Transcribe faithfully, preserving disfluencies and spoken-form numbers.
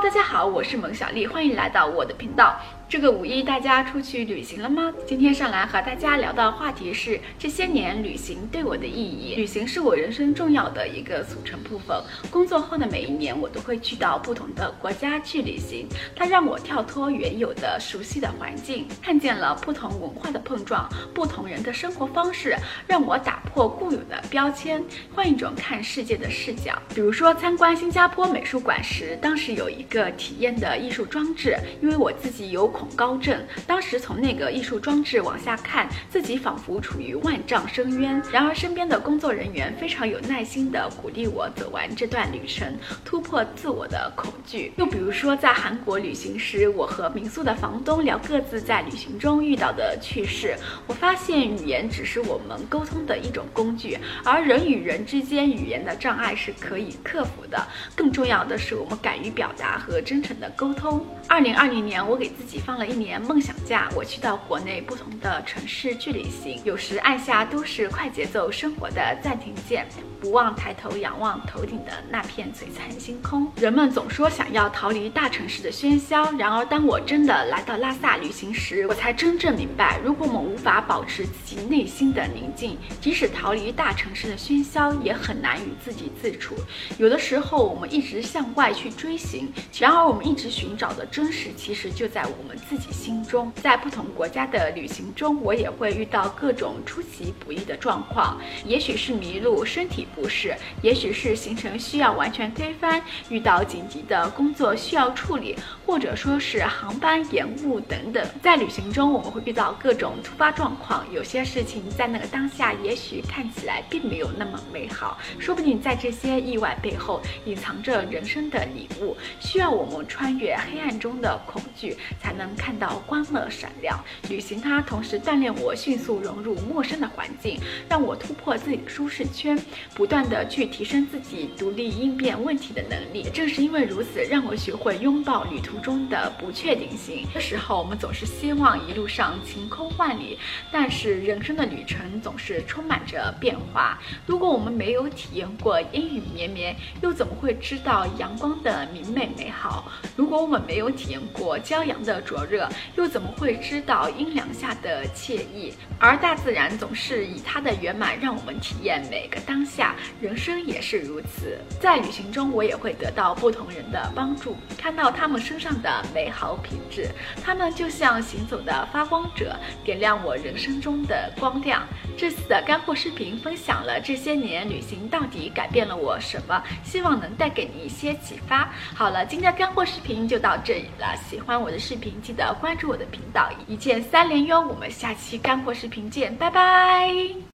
大家好，我是蒙小丽，欢迎来到我的频道。这个五一大家出去旅行了吗？今天上来和大家聊的话题是这些年旅行对我的意义。旅行是我人生重要的一个组成部分。工作后的每一年，我都会去到不同的国家去旅行，它让我跳脱原有的熟悉的环境，看见了不同文化的碰撞，不同人的生活方式，让我打破固有的标签，换一种看世界的视角。比如说参观新加坡美术馆时，当时有一个体验的艺术装置，因为我自己有恐高症，当时从那个艺术装置往下看，自己仿佛处于万丈深渊。然而身边的工作人员非常有耐心地鼓励我走完这段旅程，突破自我的恐惧。又比如说在韩国旅行时，我和民宿的房东聊各自在旅行中遇到的趣事。我发现语言只是我们沟通的一种工具，而人与人之间语言的障碍是可以克服的。更重要的是，我们敢于表达和真诚的沟通。二零二零年，我给自己放了一年梦想假，我去到国内不同的城市去旅行，有时按下都市快节奏生活的暂停键，不忘抬头仰望头顶的那片璀璨星空。人们总说想要逃离大城市的喧嚣，然而当我真的来到拉萨旅行时，我才真正明白，如果我们无法保持自己内心的宁静，即使逃离大城市的喧嚣，也很难与自己自处。有的时候我们一直向外去追寻，然而我们一直寻找的真实其实就在我们自己心中。在不同国家的旅行中，我也会遇到各种出其不意的状况，也许是迷路、身体不适，也许是行程需要完全推翻，遇到紧急的工作需要处理，或者说是航班延误等等。在旅行中我们会遇到各种突发状况，有些事情在那个当下也许看起来并没有那么美好，说不定在这些意外背后隐藏着人生的礼物，需要我们穿越黑暗中的恐惧，才能看到光乐闪亮。旅行它同时锻炼我迅速融入陌生的环境，让我突破自己的舒适圈，不断的去提升自己独立应变问题的能力。正是因为如此，让我学会拥抱旅途中的不确定性。有时候我们总是希望一路上晴空万里，但是人生的旅程总是充满着变化。如果我们没有体验过阴雨绵绵，又怎么会知道阳光的明媚美好？如果我们没有体验过骄阳的灼热，又怎么会知道阴凉下的惬意？而大自然总是以它的圆满让我们体验每个当下，人生也是如此。在旅行中，我也会得到不同人的帮助，看到他们身上的美好品质，他们就像行走的发光者，点亮我人生中的光亮。这次的干货视频分享了这些年旅行到底改变了我什么，希望能带给你一些启发。好了，今天的干货视频就到这里了，喜欢我的视频记得关注我的频道，一键三连哟。我们下期干货视频见，拜拜。